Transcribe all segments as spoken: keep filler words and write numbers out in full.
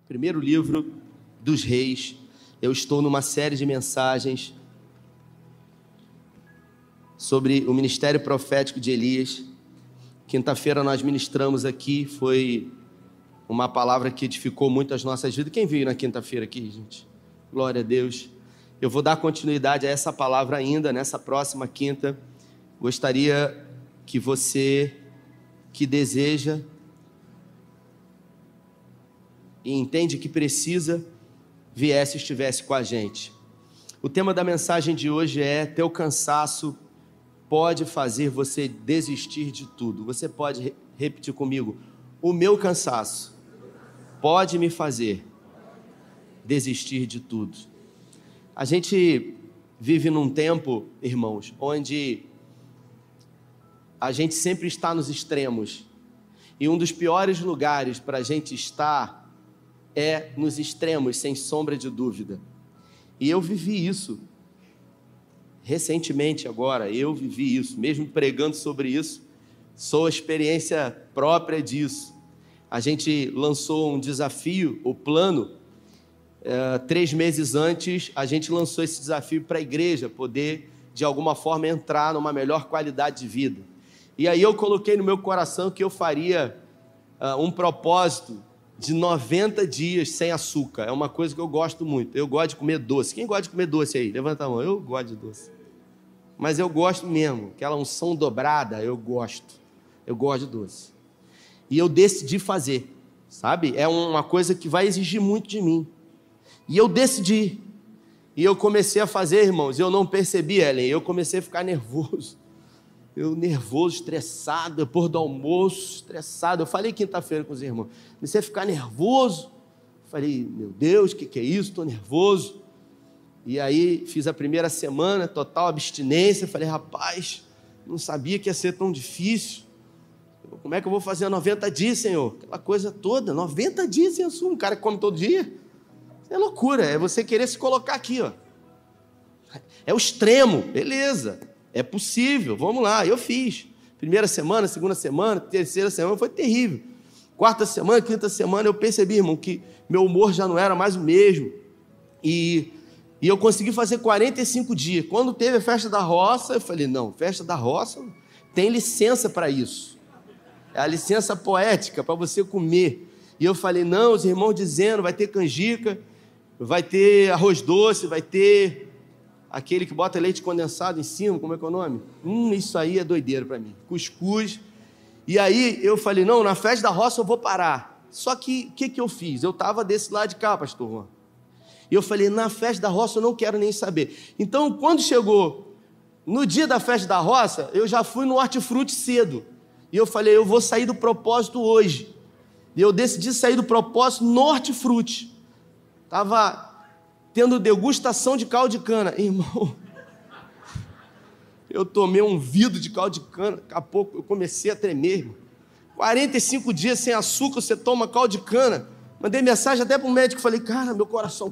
Primeiro livro dos Reis. Eu estou numa série de mensagens sobre o ministério profético de Elias. Quinta-feira nós ministramos aqui, foi uma palavra que edificou muito as nossas vidas. Quem veio na quinta-feira aqui, gente? Glória a Deus. Eu vou dar continuidade a essa palavra ainda, nessa próxima quinta. Gostaria que você que deseja e entende que precisa, viesse e estivesse com a gente. O tema da mensagem de hoje é: teu cansaço pode fazer você desistir de tudo. Você pode re- repetir comigo: o meu cansaço pode me fazer desistir de tudo. A gente vive num tempo, irmãos, onde a gente sempre está nos extremos. E um dos piores lugares para a gente estar é nos extremos, sem sombra de dúvida. E eu vivi isso. Recentemente agora, eu vivi isso. Mesmo pregando sobre isso, sou a experiência própria disso. A gente lançou um desafio, o plano, é, três meses antes, a gente lançou esse desafio para a igreja poder, de alguma forma, entrar numa melhor qualidade de vida. E aí eu coloquei no meu coração que eu faria uh, um propósito de noventa dias sem açúcar. É uma coisa que eu gosto muito. Eu gosto de comer doce. Quem gosta de comer doce aí? Levanta a mão. Eu gosto de doce. Mas eu gosto mesmo. Aquela unção dobrada, eu gosto. Eu gosto de doce. E eu decidi fazer, sabe? É uma coisa que vai exigir muito de mim. E eu decidi. E eu comecei a fazer, irmãos. Eu não percebi, Ellen. Eu comecei a ficar nervoso. Eu nervoso, estressado, depois do almoço, estressado. Eu falei quinta-feira com os irmãos, comecei a ficar nervoso. Falei, meu Deus, o que, que é isso? Estou nervoso. E aí fiz a primeira semana, total abstinência. Falei, rapaz, não sabia que ia ser tão difícil. Como é que eu vou fazer noventa dias, Senhor? Aquela coisa toda, noventa dias sem açúcar. Um cara que come todo dia. É loucura, é você querer se colocar aqui, ó. É o extremo, beleza. É possível, vamos lá, eu fiz. Primeira semana, segunda semana, terceira semana, foi terrível. Quarta semana, quinta semana, eu percebi, irmão, que meu humor já não era mais o mesmo. E, e eu consegui fazer quarenta e cinco dias. Quando teve a festa da roça, eu falei, não, festa da roça tem licença para isso. É a licença poética para você comer. E eu falei, não, os irmãos dizendo, vai ter canjica, vai ter arroz doce, vai ter aquele que bota leite condensado em cima, como é que é o nome? Hum, isso aí é doideira para mim. Cuscuz. E aí eu falei, não, na festa da roça eu vou parar. Só que, o que, que eu fiz? Eu estava desse lado de cá, pastor Juan. E eu falei, na festa da roça eu não quero nem saber. Então, quando chegou no dia da festa da roça, eu já fui no hortifruti cedo. E eu falei, eu vou sair do propósito hoje. E eu decidi sair do propósito no hortifruti. Estava tendo degustação de caldo de cana. Irmão, eu tomei um vidro de caldo de cana, daqui a pouco eu comecei a tremer, irmão. quarenta e cinco dias sem açúcar, você toma caldo de cana. Mandei mensagem até para o médico, falei, cara, meu coração...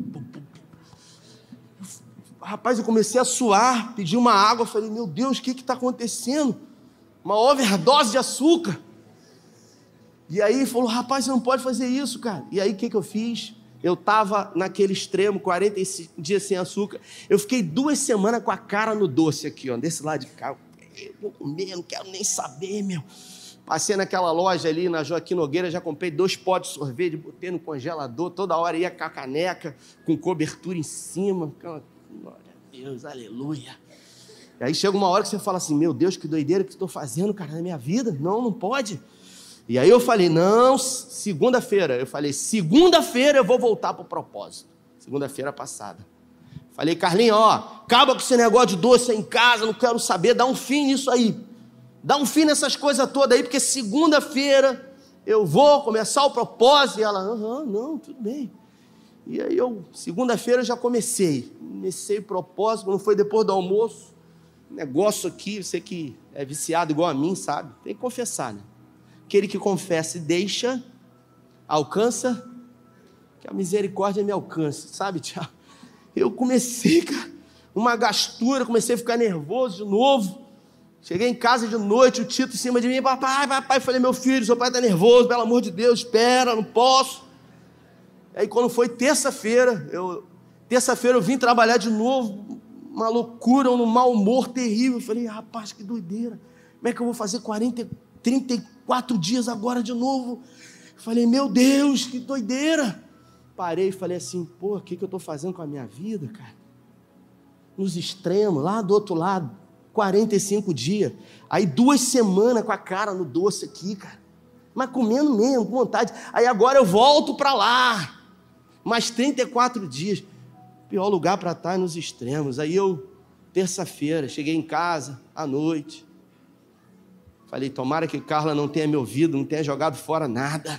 Rapaz, eu comecei a suar, pedi uma água, falei, meu Deus, o que está acontecendo? Uma overdose de açúcar. E aí falou, rapaz, você não pode fazer isso, cara. E aí o que, que eu fiz? Eu estava naquele extremo, quarenta e cinco dias sem açúcar. Eu fiquei duas semanas com a cara no doce aqui, ó, desse lado de cá. Eu vou comer, não quero nem saber, meu. Passei naquela loja ali, na Joaquim Nogueira, já comprei dois potes de sorvete, botei no congelador, toda hora ia com a caneca, com cobertura em cima. Glória a Deus, aleluia. E aí chega uma hora que você fala assim, meu Deus, que doideira que estou fazendo, cara, na minha vida. Não, não pode. E aí eu falei, não, segunda-feira, eu falei, segunda-feira eu vou voltar para o propósito, segunda-feira passada. Falei, Carlinhos, ó, acaba com esse negócio de doce aí em casa, não quero saber, dá um fim nisso aí, dá um fim nessas coisas todas aí, porque segunda-feira eu vou começar o propósito. E ela, aham, não, tudo bem. E aí eu, segunda-feira eu já comecei, comecei o propósito, não foi depois do almoço, negócio aqui, você que é viciado igual a mim, sabe, tem que confessar, né? Aquele que confessa e deixa, alcança, que a misericórdia me alcance, sabe, Tiago? Eu comecei, cara, uma gastura, comecei a ficar nervoso de novo. Cheguei em casa de noite, o Tito em cima de mim, papai, papai, falei, meu filho, seu pai está nervoso, pelo amor de Deus, espera, não posso. Aí quando foi terça-feira, eu, terça-feira eu vim trabalhar de novo, uma loucura, um mau humor terrível. Eu falei, rapaz, que doideira. Como é que eu vou fazer quarenta, trinta e quatro dias agora de novo? Eu falei, meu Deus, que doideira. Parei e falei assim, pô, o que, que eu estou fazendo com a minha vida, cara? Nos extremos, lá do outro lado, quarenta e cinco dias. Aí duas semanas com a cara no doce aqui, cara. Mas comendo mesmo, com vontade. Aí agora eu volto para lá. Mais trinta e quatro dias. Pior lugar para estar é nos extremos. Aí eu, terça-feira, cheguei em casa, à noite. Falei, tomara que Carla não tenha me ouvido, não tenha jogado fora nada.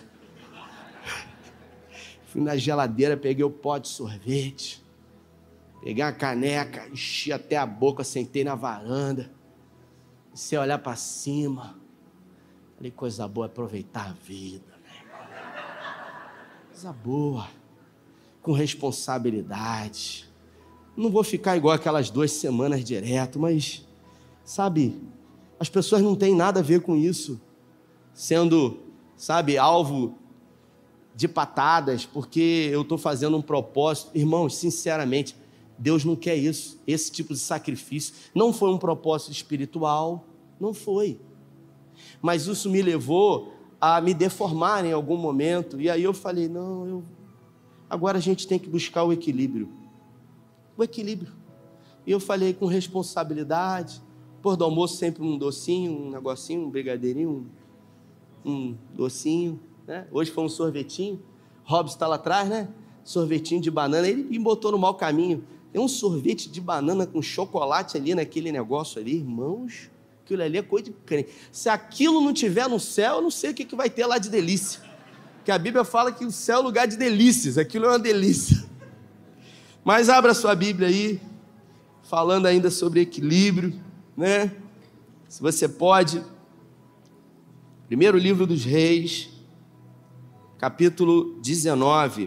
Fui na geladeira, peguei o pó de sorvete. Peguei uma caneca, enchi até a boca, sentei na varanda. Comecei a olhar para cima. Falei, coisa boa, aproveitar a vida. Né? Coisa boa. Com responsabilidade. Não vou ficar igual aquelas duas semanas direto, mas, sabe, as pessoas não têm nada a ver com isso. Sendo, sabe, alvo de patadas, porque eu estou fazendo um propósito. Irmãos, sinceramente, Deus não quer isso, esse tipo de sacrifício. Não foi um propósito espiritual, não foi. Mas isso me levou a me deformar em algum momento. E aí eu falei, não, eu... agora a gente tem que buscar o equilíbrio. O equilíbrio. E eu falei com responsabilidade. Pôr do almoço sempre um docinho, um negocinho, um brigadeirinho, um, um docinho. Né? Hoje foi um sorvetinho. Robson está lá atrás, né? Sorvetinho de banana. Ele me botou no mau caminho. Tem um sorvete de banana com chocolate ali naquele negócio ali, irmãos. Aquilo ali é coisa de crente. Se aquilo não tiver no céu, eu não sei o que, que vai ter lá de delícia. Porque a Bíblia fala que o céu é um lugar de delícias. Aquilo é uma delícia. Mas abra sua Bíblia aí, falando ainda sobre equilíbrio, né? Se você pode. Primeiro livro dos Reis, capítulo dezenove,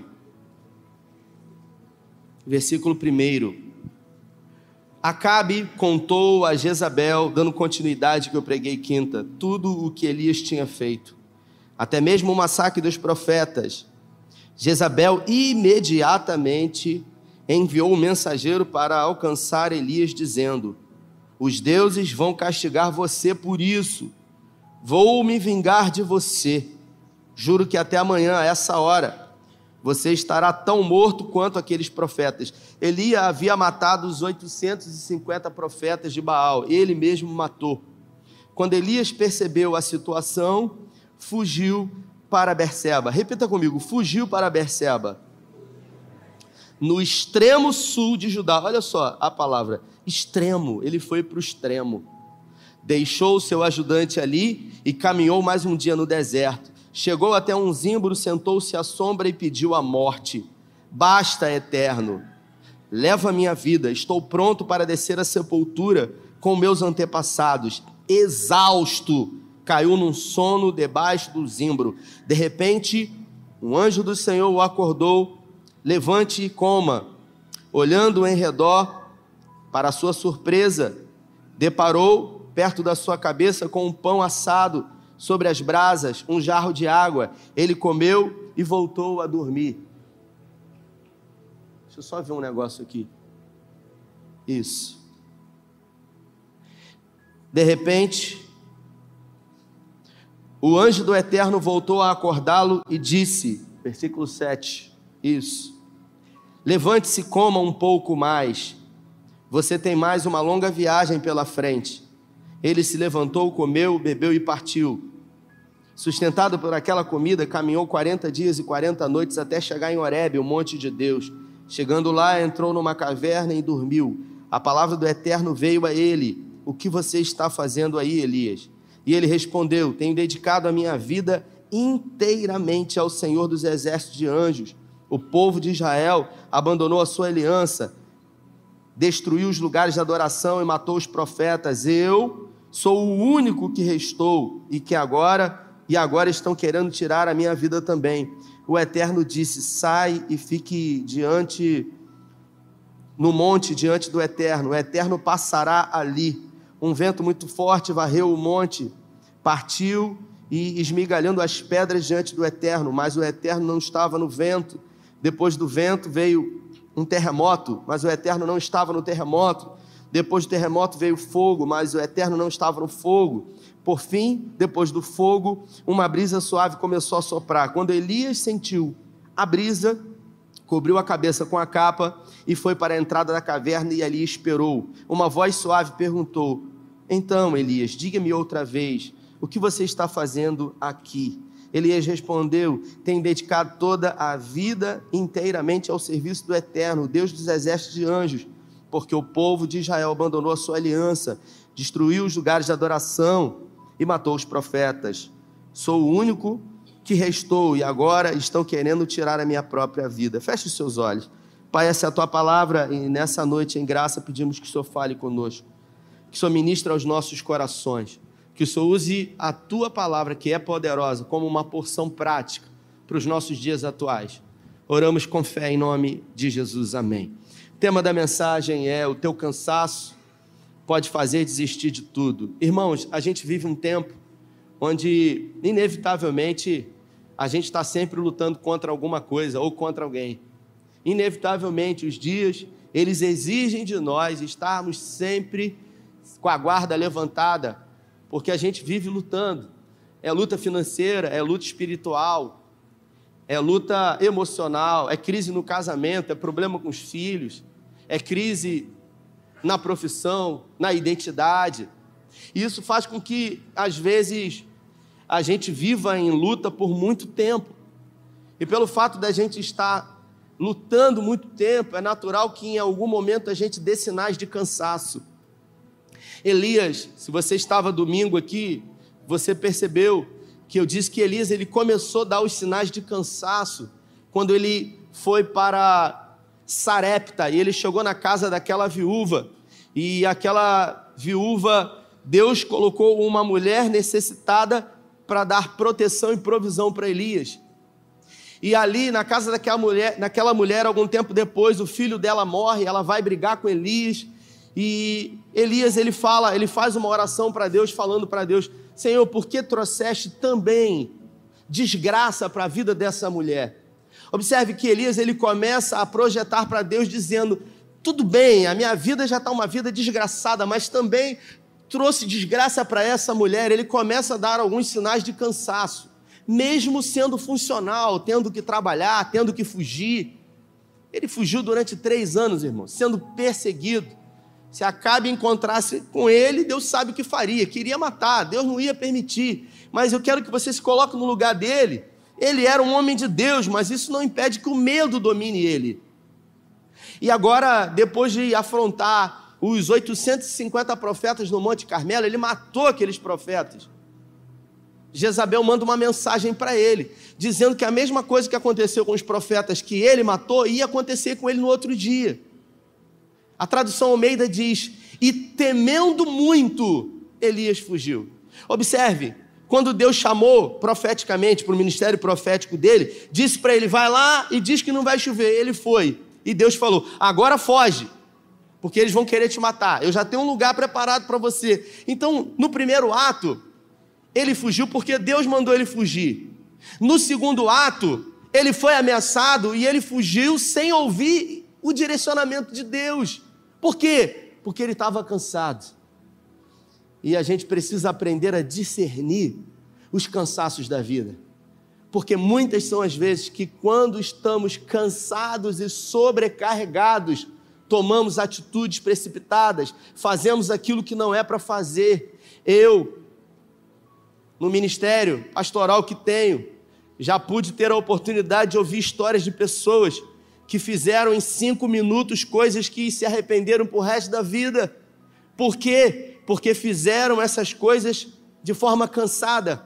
versículo primeiro. Acabe contou a Jezabel, dando continuidade que eu preguei quinta, tudo o que Elias tinha feito, até mesmo o massacre dos profetas. Jezabel imediatamente enviou um mensageiro para alcançar Elias, dizendo: os deuses vão castigar você por isso. Vou me vingar de você. Juro que até amanhã, a essa hora, você estará tão morto quanto aqueles profetas. Elias havia matado os oitocentos e cinquenta profetas de Baal. Ele mesmo matou. Quando Elias percebeu a situação, fugiu para Berseba. Repita comigo, fugiu para Berseba. No extremo sul de Judá. Olha só a palavra, extremo. Ele foi para o extremo. Deixou o seu ajudante ali e caminhou mais um dia no deserto. Chegou até um zimbro, sentou-se à sombra e pediu a morte. Basta, Eterno, leva a minha vida. Estou pronto para descer à sepultura com meus antepassados. Exausto, caiu num sono debaixo do zimbro. De repente, um anjo do Senhor o acordou. Levante e coma. Olhando em redor, para sua surpresa, deparou perto da sua cabeça com um pão assado sobre as brasas, um jarro de água. Ele comeu e voltou a dormir. Deixa eu só ver um negócio aqui. Isso. De repente, o anjo do Eterno voltou a acordá-lo e disse, versículo sete, isso: levante-se e coma um pouco mais. Você tem mais uma longa viagem pela frente. Ele se levantou, comeu, bebeu e partiu. Sustentado por aquela comida, caminhou quarenta dias e quarenta noites até chegar em Horebe, o monte de Deus. Chegando lá, entrou numa caverna e dormiu. A palavra do Eterno veio a ele: o que você está fazendo aí, Elias? E ele respondeu: tenho dedicado a minha vida inteiramente ao Senhor dos exércitos de anjos. O povo de Israel abandonou a sua aliança, destruiu os lugares de adoração e matou os profetas. Eu sou o único que restou e que agora e agora estão querendo tirar a minha vida também. O Eterno disse: sai e fique diante no monte diante do Eterno. O Eterno passará ali. Um vento muito forte varreu o monte, partiu e esmigalhando as pedras diante do Eterno, mas o Eterno não estava no vento. Depois do vento veio um terremoto, mas o Eterno não estava no terremoto. Depois do terremoto veio fogo, mas o Eterno não estava no fogo. Por fim, depois do fogo, uma brisa suave começou a soprar. Quando Elias sentiu a brisa, cobriu a cabeça com a capa e foi para a entrada da caverna e ali esperou. Uma voz suave perguntou: então, Elias, diga-me outra vez, o que você está fazendo aqui? Elias respondeu: tenho dedicado toda a vida inteiramente ao serviço do Eterno, Deus dos exércitos de anjos, porque o povo de Israel abandonou a sua aliança, destruiu os lugares de adoração e matou os profetas. Sou o único que restou e agora estão querendo tirar a minha própria vida. Feche os seus olhos. Pai, essa é a tua palavra e nessa noite, em graça, pedimos que o Senhor fale conosco, que o Senhor ministre aos nossos corações, que o Senhor use a tua palavra, que é poderosa, como uma porção prática para os nossos dias atuais. Oramos com fé em nome de Jesus. Amém. O tema da mensagem é: o teu cansaço pode fazer desistir de tudo. Irmãos, a gente vive um tempo onde, inevitavelmente, a gente está sempre lutando contra alguma coisa ou contra alguém. Inevitavelmente, os dias, eles exigem de nós estarmos sempre com a guarda levantada, porque a gente vive lutando. É luta financeira, é luta espiritual, é luta emocional, é crise no casamento, é problema com os filhos, é crise na profissão, na identidade. E isso faz com que, às vezes, a gente viva em luta por muito tempo. E pelo fato da gente estar lutando muito tempo, é natural que em algum momento a gente dê sinais de cansaço. Elias, se você estava domingo aqui, você percebeu que eu disse que Elias ele começou a dar os sinais de cansaço quando ele foi para Sarepta e ele chegou na casa daquela viúva, e aquela viúva, Deus colocou uma mulher necessitada para dar proteção e provisão para Elias. E ali na casa daquela mulher, naquela mulher, algum tempo depois, o filho dela morre, ela vai brigar com Elias, e Elias ele fala, ele faz uma oração para Deus, falando para Deus: Senhor, por que trouxeste também desgraça para a vida dessa mulher? Observe que Elias ele começa a projetar para Deus, dizendo: tudo bem, a minha vida já está uma vida desgraçada, mas também trouxe desgraça para essa mulher. Ele começa a dar alguns sinais de cansaço, mesmo sendo funcional, tendo que trabalhar, tendo que fugir. Ele fugiu durante três anos, irmão, sendo perseguido. Se Acabe encontrasse com ele, Deus sabe o que faria, queria matar, Deus não ia permitir. Mas eu quero que você se coloque no lugar dele. Ele era um homem de Deus, mas isso não impede que o medo domine ele. E agora, depois de afrontar os oitocentos e cinquenta profetas no Monte Carmelo, ele matou aqueles profetas. Jezabel manda uma mensagem para ele, dizendo que a mesma coisa que aconteceu com os profetas que ele matou, ia acontecer com ele no outro dia. A tradução Almeida diz: e temendo muito, Elias fugiu. Observe, quando Deus chamou profeticamente para o ministério profético dele, disse para ele: vai lá e diz que não vai chover. Ele foi, e Deus falou: agora foge, porque eles vão querer te matar, eu já tenho um lugar preparado para você. Então, no primeiro ato, ele fugiu porque Deus mandou ele fugir. No segundo ato, ele foi ameaçado e ele fugiu sem ouvir o direcionamento de Deus. Por quê? Porque ele estava cansado. E a gente precisa aprender a discernir os cansaços da vida. Porque muitas são as vezes que, quando estamos cansados e sobrecarregados, tomamos atitudes precipitadas, fazemos aquilo que não é para fazer. Eu, no ministério pastoral que tenho, já pude ter a oportunidade de ouvir histórias de pessoas que fizeram em cinco minutos coisas que se arrependeram por resto da vida. Por quê? Porque fizeram essas coisas de forma cansada.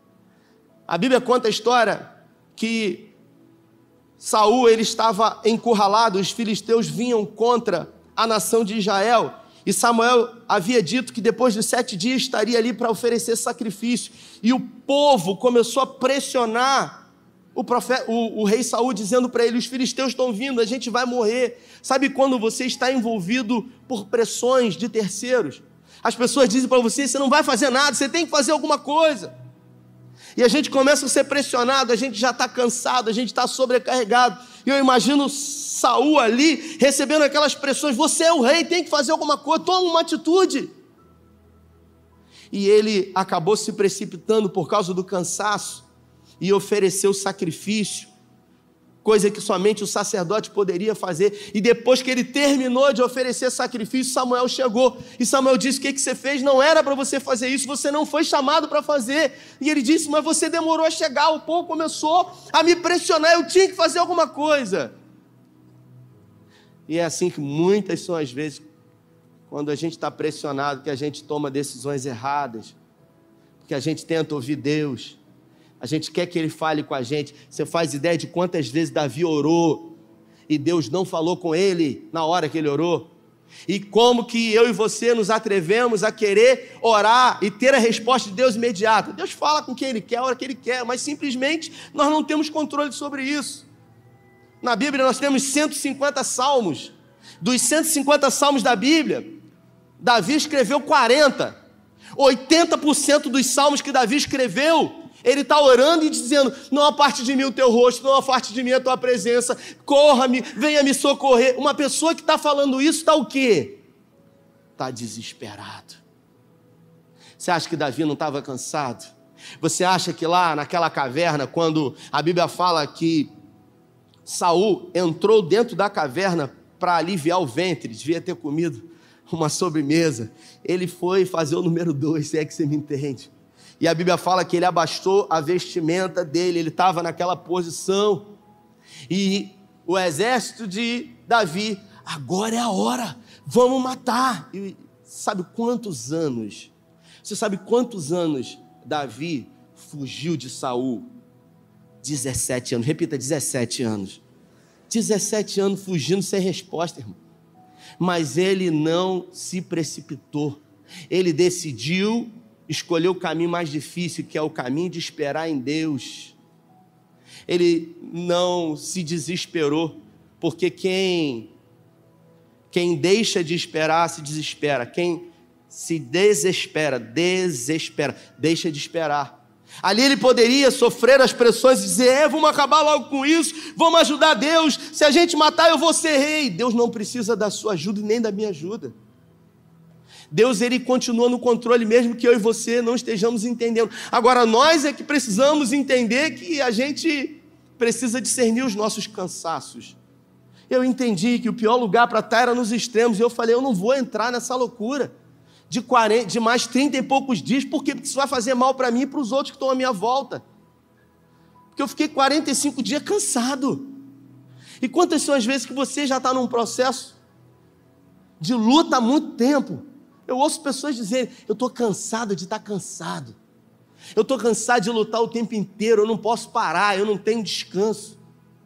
A Bíblia conta a história que Saul ele estava encurralado, os filisteus vinham contra a nação de Israel, e Samuel havia dito que depois de sete dias estaria ali para oferecer sacrifício, e o povo começou a pressionar o, profeta, o, o rei Saul, dizendo para ele: os filisteus estão vindo, a gente vai morrer. Sabe quando você está envolvido por pressões de terceiros? As pessoas dizem para você: você não vai fazer nada, você tem que fazer alguma coisa. E a gente começa a ser pressionado, a gente já está cansado, a gente está sobrecarregado. E eu imagino Saul ali, recebendo aquelas pressões, você é o rei, tem que fazer alguma coisa, toma uma atitude. E ele acabou se precipitando por causa do cansaço, e ofereceu sacrifício, coisa que somente o sacerdote poderia fazer. E depois que ele terminou de oferecer sacrifício, Samuel chegou, e Samuel disse: o que, que você fez? Não era para você fazer isso, você não foi chamado para fazer. E ele disse: mas você demorou a chegar, o povo começou a me pressionar, eu tinha que fazer alguma coisa. E é assim que muitas são as vezes, quando a gente está pressionado, que a gente toma decisões erradas, porque a gente tenta ouvir Deus, a gente quer que Ele fale com a gente. Você faz ideia de quantas vezes Davi orou e Deus não falou com ele na hora que ele orou? E como que eu e você nos atrevemos a querer orar e ter a resposta de Deus imediata? Deus fala com quem Ele quer, a hora que Ele quer, mas simplesmente nós não temos controle sobre isso. Na Bíblia nós temos cento e cinquenta salmos. Dos cento e cinquenta salmos da Bíblia, Davi escreveu quarenta. oitenta por cento dos salmos que Davi escreveu, ele está orando e dizendo: não aparte de mim o teu rosto, não aparte de mim a tua presença, corra-me, venha me socorrer. Uma pessoa que está falando isso está o quê? Está desesperado. Você acha que Davi não estava cansado? Você acha que lá naquela caverna, quando a Bíblia fala que Saul entrou dentro da caverna para aliviar o ventre, devia ter comido uma sobremesa, ele foi fazer o número dois, se é que você me entende. E a Bíblia fala que ele abaixou a vestimenta dele, ele estava naquela posição, e o exército de Davi: agora é a hora, vamos matar. E sabe quantos anos, você sabe quantos anos Davi fugiu de Saul? dezessete anos, repita, dezessete anos. dezessete anos fugindo sem resposta, irmão. Mas ele não se precipitou, ele decidiu escolher o caminho mais difícil, que é o caminho de esperar em Deus. Ele não se desesperou, porque quem, quem deixa de esperar se desespera, quem se desespera, desespera, deixa de esperar. Ali ele poderia sofrer as pressões e dizer: é, vamos acabar logo com isso, vamos ajudar Deus, se a gente matar eu vou ser rei. Deus não precisa da sua ajuda e nem da minha ajuda. Deus, Ele continua no controle, mesmo que eu e você não estejamos entendendo. Agora nós é que precisamos entender que a gente precisa discernir os nossos cansaços. Eu entendi que o pior lugar para estar era nos extremos, e eu falei: eu não vou entrar nessa loucura de, quarenta, de mais trinta e poucos dias, porque isso vai fazer mal para mim e para os outros que estão à minha volta. Porque eu fiquei quarenta e cinco dias cansado. E quantas são as vezes que você já está num processo de luta há muito tempo? Eu ouço pessoas dizerem: eu estou cansado de estar cansado, eu estou cansado de lutar o tempo inteiro, eu não posso parar, eu não tenho descanso.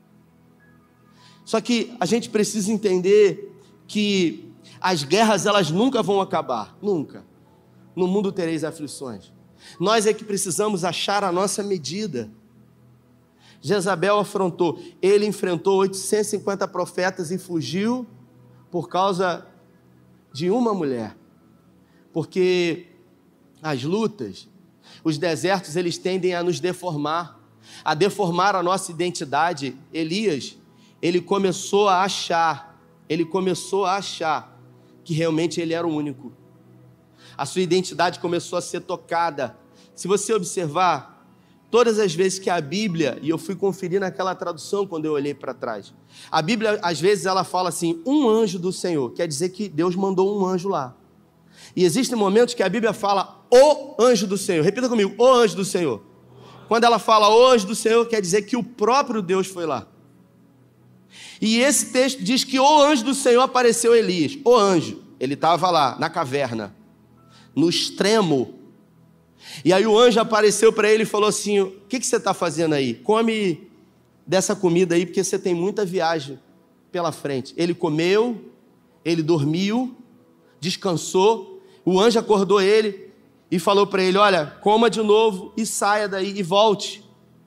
Só que a gente precisa entender que as guerras, elas nunca vão acabar, nunca. No mundo tereis aflições. Nós é que precisamos achar a nossa medida. Jezabel afrontou, ele enfrentou oitocentos e cinquenta profetas e fugiu por causa de uma mulher. Porque as lutas, os desertos, eles tendem a nos deformar, a deformar a nossa identidade. Elias, ele começou a achar, ele começou a achar que realmente ele era o único. A sua identidade começou a ser tocada. Se você observar, todas as vezes que a Bíblia, e eu fui conferir naquela tradução quando eu olhei para trás, a Bíblia, às vezes, ela fala assim: um anjo do Senhor, quer dizer que Deus mandou um anjo lá. E existem momentos que a Bíblia fala o anjo do Senhor. Repita comigo: o anjo do Senhor. Quando ela fala o anjo do Senhor, quer dizer que o próprio Deus foi lá. E esse texto diz que o anjo do Senhor apareceu a Elias. O anjo, ele estava lá na caverna, no extremo. E aí o anjo apareceu para ele e falou assim: o que, que você está fazendo aí? Come dessa comida aí, porque você tem muita viagem pela frente. Ele comeu, ele dormiu, descansou. O anjo acordou ele e falou para ele: olha, coma de novo e saia daí e volte.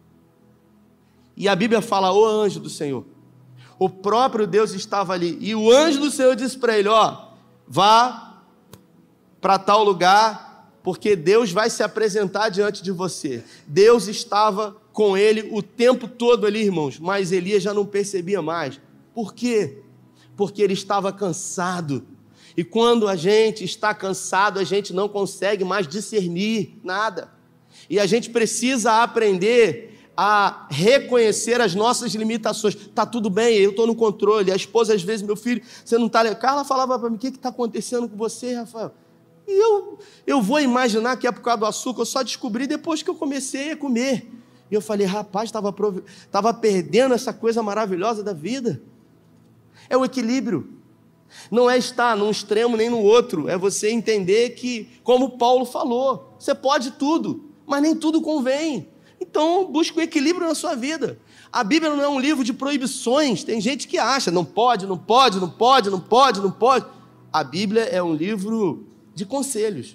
E a Bíblia fala o anjo do Senhor. O próprio Deus estava ali. E o anjo do Senhor disse para ele: ó, vá para tal lugar Porque Deus vai se apresentar diante de você. Deus estava com ele o tempo todo ali, irmãos, mas Elias já não percebia mais. Por quê? Porque ele estava cansado. E quando a gente está cansado, a gente não consegue mais discernir nada. E a gente precisa aprender a reconhecer as nossas limitações. Está tudo bem, eu estou no controle. A esposa, às vezes, meu filho, você não está... Carla falava para mim, o que está acontecendo com você, Rafael? E eu, eu vou imaginar que é por causa do açúcar, eu só descobri depois que eu comecei a comer. E eu falei, rapaz, estava estava perdendo essa coisa maravilhosa da vida. É o equilíbrio. Não é estar num extremo nem no outro. É você entender que, como Paulo falou, você pode tudo, mas nem tudo convém. Então, busque o equilíbrio na sua vida. A Bíblia não é um livro de proibições. Tem gente que acha, não pode, não pode, não pode, não pode, não pode. A Bíblia é um livro de conselhos.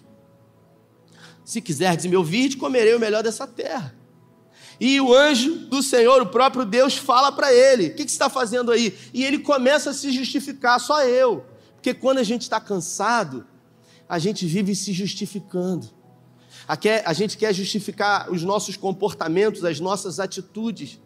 Se quiserdes me ouvir, comerei o melhor dessa terra. E o anjo do Senhor, o próprio Deus, fala para ele, o que, que você está fazendo aí? E ele começa a se justificar, só eu. Porque quando a gente está cansado, a gente vive se justificando. A gente quer justificar os nossos comportamentos, as nossas atitudes.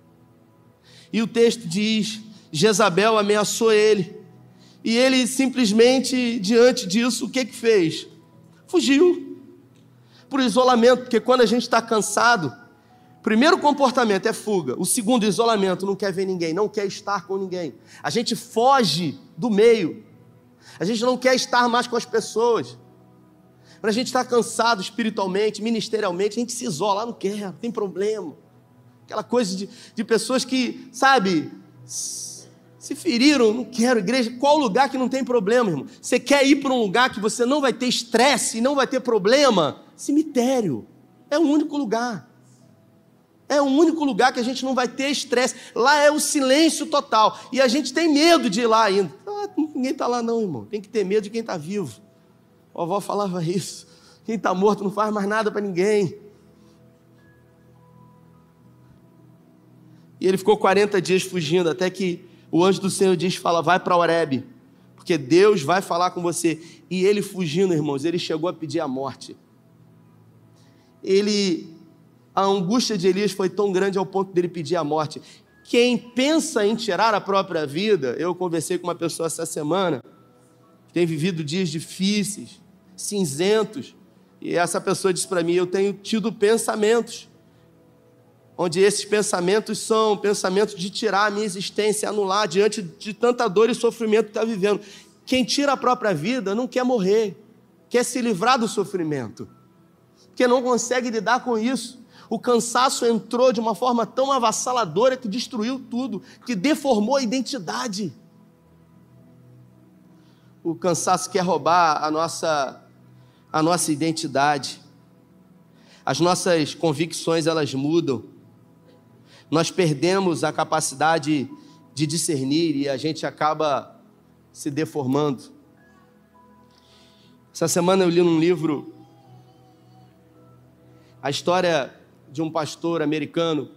E o texto diz, Jezabel ameaçou ele. E ele simplesmente, diante disso, o que que fez? Fugiu. Por isolamento, porque quando a gente está cansado, o primeiro comportamento é fuga. O segundo, isolamento, não quer ver ninguém, não quer estar com ninguém. A gente foge do meio. A gente não quer estar mais com as pessoas. Quando a gente está cansado espiritualmente, ministerialmente, a gente se isola, não quer, não tem problema. Aquela coisa de, de pessoas que, sabe... Se feriram, não quero, igreja, qual lugar que não tem problema, irmão? Você quer ir para um lugar que você não vai ter estresse e não vai ter problema? Cemitério, é o único lugar. É o único lugar que a gente não vai ter estresse. Lá é o silêncio total. E a gente tem medo de ir lá ainda. Ah, ninguém está lá não, irmão. Tem que ter medo de quem está vivo. A avó falava isso. Quem está morto não faz mais nada para ninguém. E ele ficou quarenta dias fugindo, até que o anjo do Senhor diz, fala, vai para Horebe, porque Deus vai falar com você. E ele fugindo, irmãos, ele chegou a pedir a morte. Ele, a angústia de Elias foi tão grande ao ponto dele pedir a morte. Quem pensa em tirar a própria vida, eu conversei com uma pessoa essa semana, que tem vivido dias difíceis, cinzentos, e essa pessoa disse para mim, eu tenho tido pensamentos, onde esses pensamentos são pensamentos de tirar a minha existência, anular, diante de tanta dor e sofrimento que está vivendo. Quem tira a própria vida não quer morrer, quer se livrar do sofrimento, porque não consegue lidar com isso. O cansaço entrou de uma forma tão avassaladora que destruiu tudo, que deformou a identidade. O cansaço quer roubar a nossa, a nossa identidade. As nossas convicções, elas mudam. Nós perdemos a capacidade de discernir e a gente acaba se deformando. Essa semana eu li num livro a história de um pastor americano.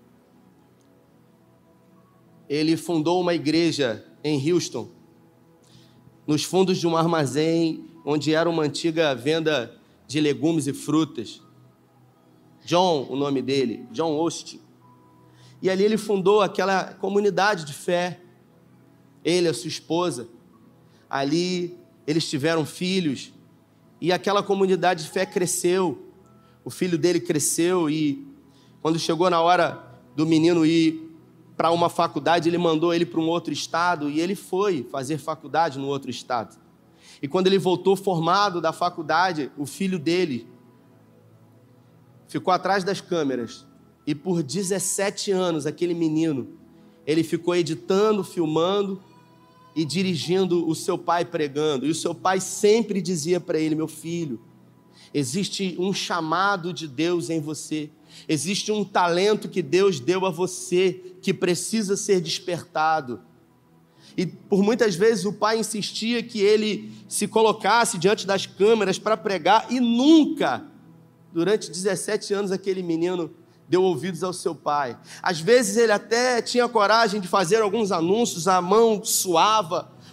Ele fundou uma igreja em Houston, nos fundos de um armazém onde era uma antiga venda de legumes e frutas. John, o nome dele, John Osteen. E ali ele fundou aquela comunidade de fé, ele e a sua esposa. Ali eles tiveram filhos e aquela comunidade de fé cresceu. O filho dele cresceu e quando chegou na hora do menino ir para uma faculdade, ele mandou ele para um outro estado e ele foi fazer faculdade no outro estado. E quando ele voltou formado da faculdade, o filho dele ficou atrás das câmeras. E por dezessete anos, aquele menino, ele ficou editando, filmando e dirigindo o seu pai pregando. E o seu pai sempre dizia para ele, meu filho, existe um chamado de Deus em você. Existe um talento que Deus deu a você que precisa ser despertado. E por muitas vezes o pai insistia que ele se colocasse diante das câmeras para pregar e nunca, durante dezessete anos, aquele menino deu ouvidos ao seu pai. Às vezes ele até tinha coragem de fazer alguns anúncios, a mão suava,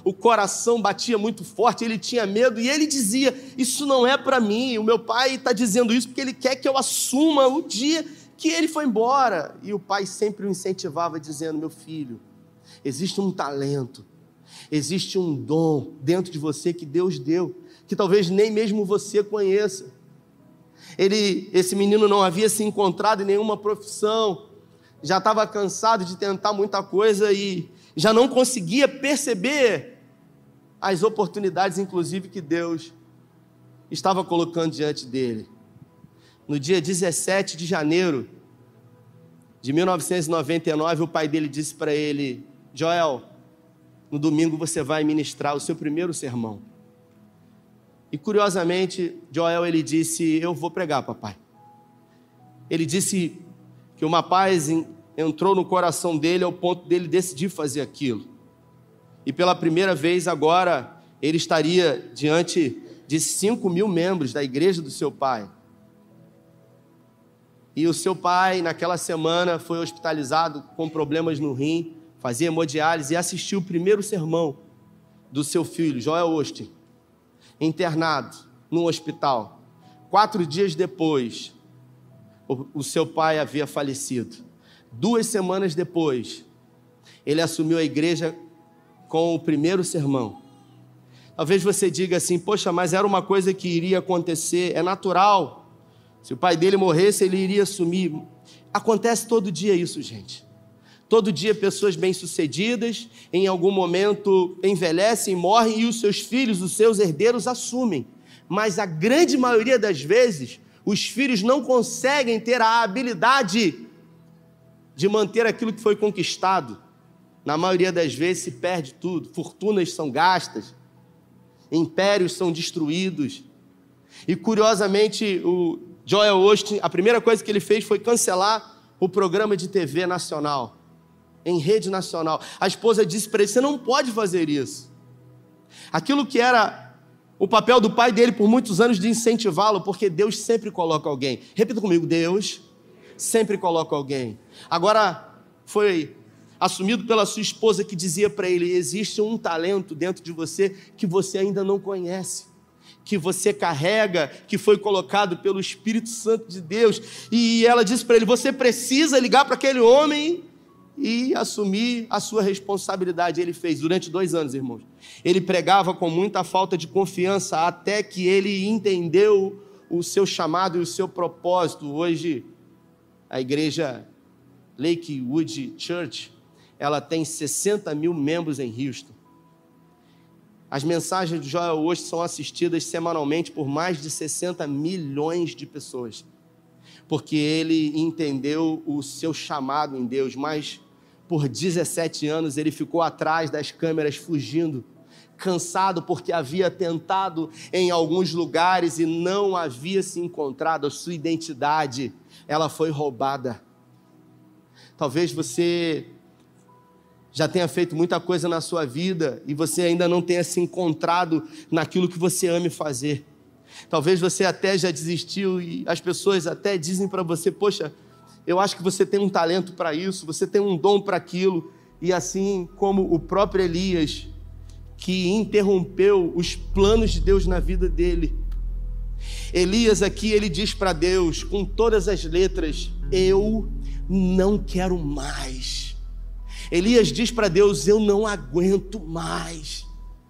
o coração batia muito forte, ele tinha medo e ele dizia: isso não é para mim, o meu pai está dizendo isso porque ele quer que eu assuma o dia que ele foi embora. E o pai sempre o incentivava dizendo: meu filho, existe um talento, existe um dom dentro de você que Deus deu, que talvez nem mesmo você conheça. Ele, esse menino não havia se encontrado em nenhuma profissão, já estava cansado de tentar muita coisa e já não conseguia perceber as oportunidades, inclusive, que Deus estava colocando diante dele. No dia dezessete de janeiro de mil novecentos e noventa e nove, o pai dele disse para ele: Joel, no domingo você vai ministrar o seu primeiro sermão. E curiosamente, Joel, ele disse: eu vou pregar, papai. Ele disse que uma paz entrou no coração dele ao ponto dele decidir fazer aquilo. E pela primeira vez agora, ele estaria diante de cinco mil membros da igreja do seu pai. E o seu pai, naquela semana, foi hospitalizado com problemas no rim, fazia hemodiálise e assistiu o primeiro sermão do seu filho, Joel Osteen, internado num hospital. Quatro dias depois, o, o seu pai havia falecido. Duas semanas depois, ele assumiu a igreja com o primeiro sermão. Talvez você diga assim: poxa, mas era uma coisa que iria acontecer, é natural. Se o pai dele morresse, ele iria assumir. Acontece todo dia isso, gente. Todo dia pessoas bem-sucedidas, em algum momento envelhecem, morrem e os seus filhos, os seus herdeiros assumem. Mas a grande maioria das vezes, os filhos não conseguem ter a habilidade de manter aquilo que foi conquistado. Na maioria das vezes se perde tudo, fortunas são gastas, impérios são destruídos. E curiosamente, o Joel Osteen, a primeira coisa que ele fez foi cancelar o programa de T V nacional, em rede nacional. A esposa disse para ele: você não pode fazer isso. Aquilo que era o papel do pai dele por muitos anos de incentivá-lo, porque Deus sempre coloca alguém. Repita comigo: Deus sempre coloca alguém. Agora foi assumido pela sua esposa, que dizia para ele: existe um talento dentro de você que você ainda não conhece, que você carrega, que foi colocado pelo Espírito Santo de Deus. E ela disse para ele: você precisa ligar para aquele homem e assumir a sua responsabilidade. Ele fez durante dois anos, irmãos. Ele pregava com muita falta de confiança, até que ele entendeu o seu chamado e o seu propósito. Hoje, a igreja Lakewood Church, ela tem sessenta mil membros em Houston. As mensagens de Joel hoje são assistidas semanalmente por mais de sessenta milhões de pessoas, porque ele entendeu o seu chamado em Deus. Mas por dezessete anos ele ficou atrás das câmeras fugindo, cansado porque havia tentado em alguns lugares e não havia se encontrado. A sua identidade, ela foi roubada. Talvez você já tenha feito muita coisa na sua vida e você ainda não tenha se encontrado naquilo que você ama fazer. Talvez você até já desistiu e as pessoas até dizem para você: poxa, eu acho que você tem um talento para isso, você tem um dom para aquilo. E assim como o próprio Elias, que interrompeu os planos de Deus na vida dele. Elias aqui, ele diz para Deus com todas as letras: eu não quero mais. Elias diz para Deus: eu não aguento mais.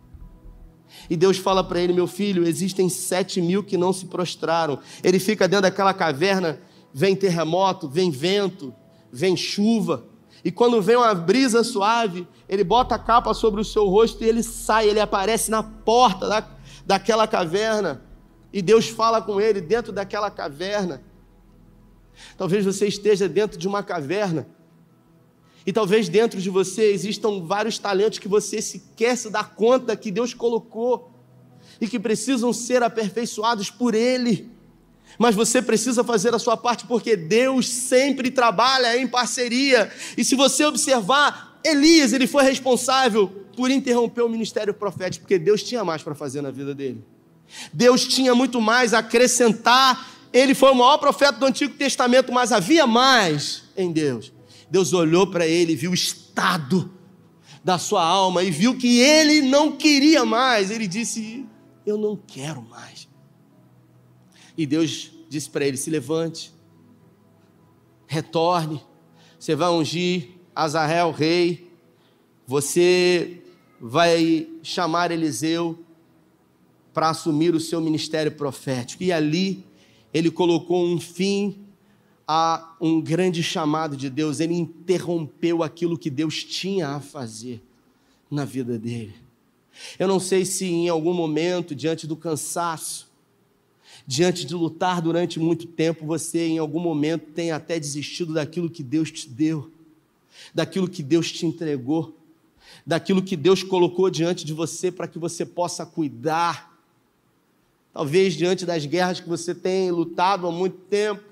E Deus fala para ele: meu filho, existem sete mil que não se prostraram. Ele fica dentro daquela caverna, vem terremoto, vem vento, vem chuva. E quando vem uma brisa suave, ele bota a capa sobre o seu rosto e ele sai, ele aparece na porta da, daquela caverna. E Deus fala com ele dentro daquela caverna. Talvez você esteja dentro de uma caverna. E talvez dentro de você existam vários talentos que você sequer se dá conta que Deus colocou e que precisam ser aperfeiçoados por Ele. Mas você precisa fazer a sua parte, porque Deus sempre trabalha em parceria. E se você observar, Elias, ele foi responsável por interromper o ministério profético, porque Deus tinha mais para fazer na vida dele. Deus tinha muito mais a acrescentar. Ele foi o maior profeta do Antigo Testamento, mas havia mais em Deus. Deus olhou para ele e viu o estado da sua alma e viu que ele não queria mais, ele disse: eu não quero mais. E Deus disse para ele: se levante, retorne, você vai ungir Azazel rei, você vai chamar Eliseu para assumir o seu ministério profético. E ali ele colocou um fim a um grande chamado de Deus. Ele interrompeu aquilo que Deus tinha a fazer na vida dele. Eu não sei se em algum momento, diante do cansaço, diante de lutar durante muito tempo, você em algum momento tem até desistido daquilo que Deus te deu, daquilo que Deus te entregou, daquilo que Deus colocou diante de você para que você possa cuidar. Talvez diante das guerras que você tem lutado há muito tempo,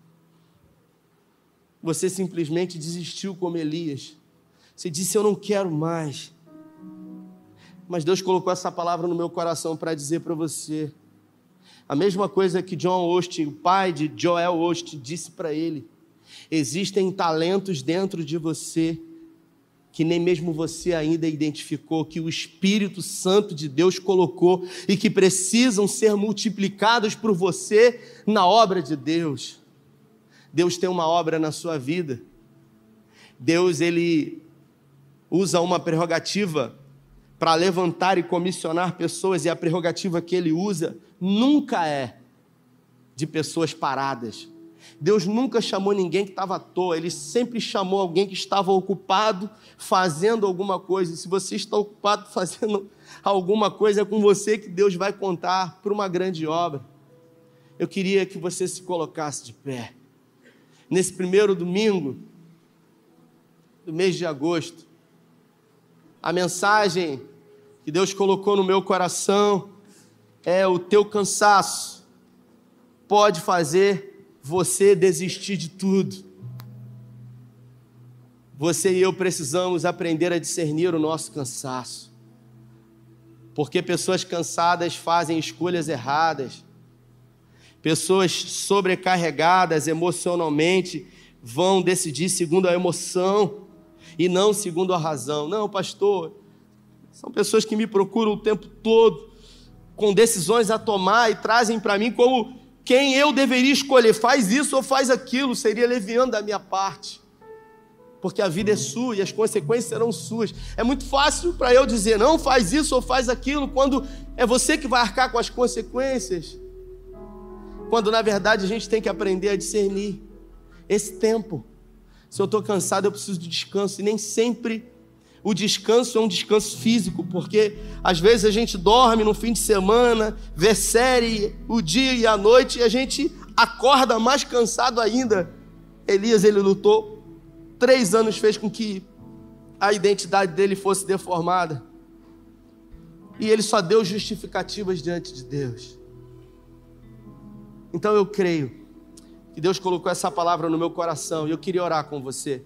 você simplesmente desistiu como Elias. Você disse: eu não quero mais. Mas Deus colocou essa palavra no meu coração para dizer para você a mesma coisa que John Osteen, o pai de Joel Osteen, disse para ele: existem talentos dentro de você que nem mesmo você ainda identificou, que o Espírito Santo de Deus colocou e que precisam ser multiplicados por você na obra de Deus. Deus tem uma obra na sua vida. Deus, ele usa uma prerrogativa para levantar e comissionar pessoas, e a prerrogativa que ele usa nunca é de pessoas paradas. Deus nunca chamou ninguém que estava à toa, ele sempre chamou alguém que estava ocupado fazendo alguma coisa. E se você está ocupado fazendo alguma coisa, é com você que Deus vai contar para uma grande obra. Eu queria que você se colocasse de pé. Nesse primeiro domingo do mês de agosto, a mensagem que Deus colocou no meu coração é: o teu cansaço pode fazer você desistir de tudo. Você e eu precisamos aprender a discernir o nosso cansaço, porque pessoas cansadas fazem escolhas erradas. Pessoas sobrecarregadas emocionalmente vão decidir segundo a emoção e não segundo a razão. Não, pastor, são pessoas que me procuram o tempo todo com decisões a tomar e trazem para mim como quem eu deveria escolher: faz isso ou faz aquilo. Seria leviano da minha parte, porque a vida é sua e as consequências serão suas. É muito fácil para eu dizer: não, faz isso ou faz aquilo, quando é você que vai arcar com as consequências, quando na verdade a gente tem que aprender a discernir esse tempo. Se eu estou cansado, eu preciso de descanso, e nem sempre o descanso é um descanso físico, porque às vezes a gente dorme no fim de semana, vê série o dia e a noite, e a gente acorda mais cansado ainda. Elias, ele lutou três anos, fez com que a identidade dele fosse deformada, e ele só deu justificativas diante de Deus. Então eu creio que Deus colocou essa palavra no meu coração, e eu queria orar com você.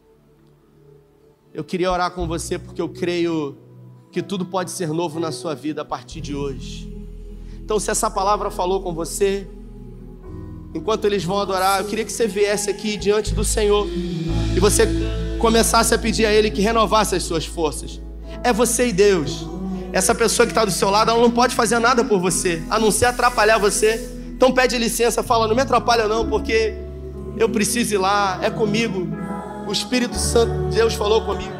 Eu queria orar com você porque eu creio que tudo pode ser novo na sua vida a partir de hoje. Então, se essa palavra falou com você, enquanto eles vão adorar, eu queria que você viesse aqui diante do Senhor e você começasse a pedir a Ele que renovasse as suas forças. É você e Deus. Essa pessoa que está do seu lado, ela não pode fazer nada por você, a não ser atrapalhar você. Então pede licença, fala: não me atrapalha não, porque eu preciso ir lá, é comigo. O Espírito Santo de Deus falou comigo.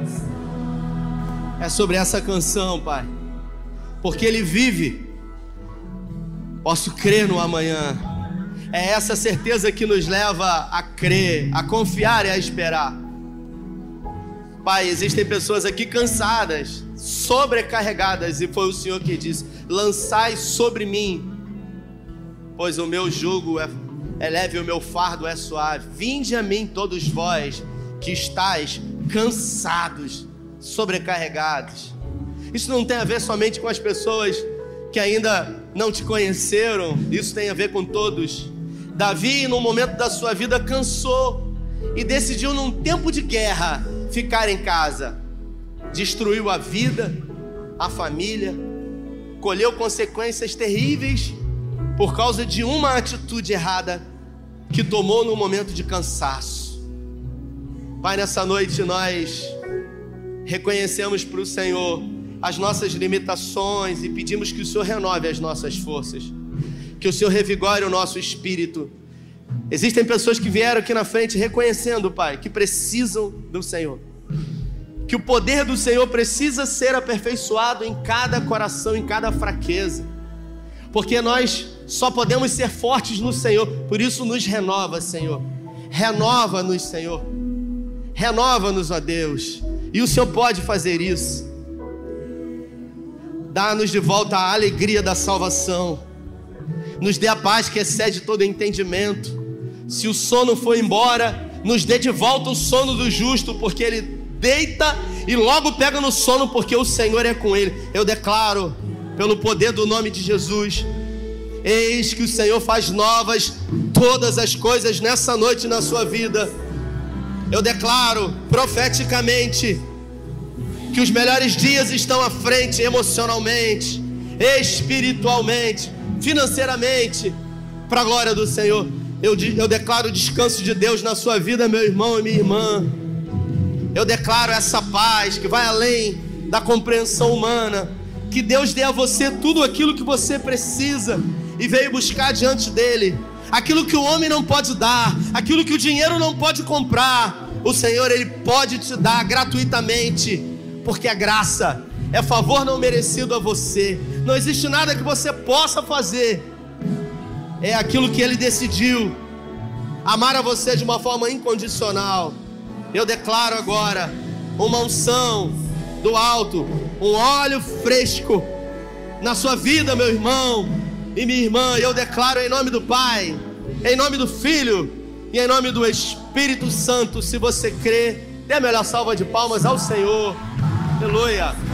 É sobre essa canção, Pai, porque Ele vive. Posso crer no amanhã. É essa certeza que nos leva a crer, a confiar e a esperar. Pai, existem pessoas aqui cansadas, sobrecarregadas, e foi o Senhor que disse: lançai sobre mim, pois o meu jugo é é leve e o meu fardo é suave. Vinde a mim todos vós que estáis cansados, sobrecarregados. Isso não tem a ver somente com as pessoas que ainda não te conheceram, isso tem a ver com todos. Davi, num momento da sua vida, cansou e decidiu, num tempo de guerra, ficar em casa. Destruiu a vida, a família, colheu consequências terríveis por causa de uma atitude errada que tomou no momento de cansaço. Pai, nessa noite nós reconhecemos para o Senhor as nossas limitações e pedimos que o Senhor renove as nossas forças, que o Senhor revigore o nosso espírito. Existem pessoas que vieram aqui na frente reconhecendo, Pai, que precisam do Senhor, que o poder do Senhor precisa ser aperfeiçoado em cada coração, em cada fraqueza, porque nós só podemos ser fortes no Senhor. Por isso nos renova, Senhor. Renova-nos, Senhor. Renova-nos, ó Deus. E o Senhor pode fazer isso. Dá-nos de volta a alegria da salvação. Nos dê a paz que excede todo entendimento. Se o sono for embora, nos dê de volta o sono do justo, porque ele deita e logo pega no sono, porque o Senhor é com ele. Eu declaro, pelo poder do nome de Jesus, eis que o Senhor faz novas todas as coisas nessa noite na sua vida. Eu declaro profeticamente que os melhores dias estão à frente, emocionalmente, espiritualmente, financeiramente, para a glória do Senhor. Eu, eu declaro o descanso de Deus na sua vida, meu irmão e minha irmã. Eu declaro essa paz que vai além da compreensão humana, que Deus dê a você tudo aquilo que você precisa e veio buscar diante dele, aquilo que o homem não pode dar, aquilo que o dinheiro não pode comprar, o Senhor, ele pode te dar gratuitamente, porque a graça é favor não merecido a você. Não existe nada que você possa fazer, é aquilo que ele decidiu, amar a você de uma forma incondicional. Eu declaro agora uma unção do alto, um óleo fresco na sua vida, meu irmão e minha irmã. Eu declaro em nome do Pai, em nome do Filho e em nome do Espírito Santo. Se você crê, dê a melhor salva de palmas ao Senhor. Aleluia.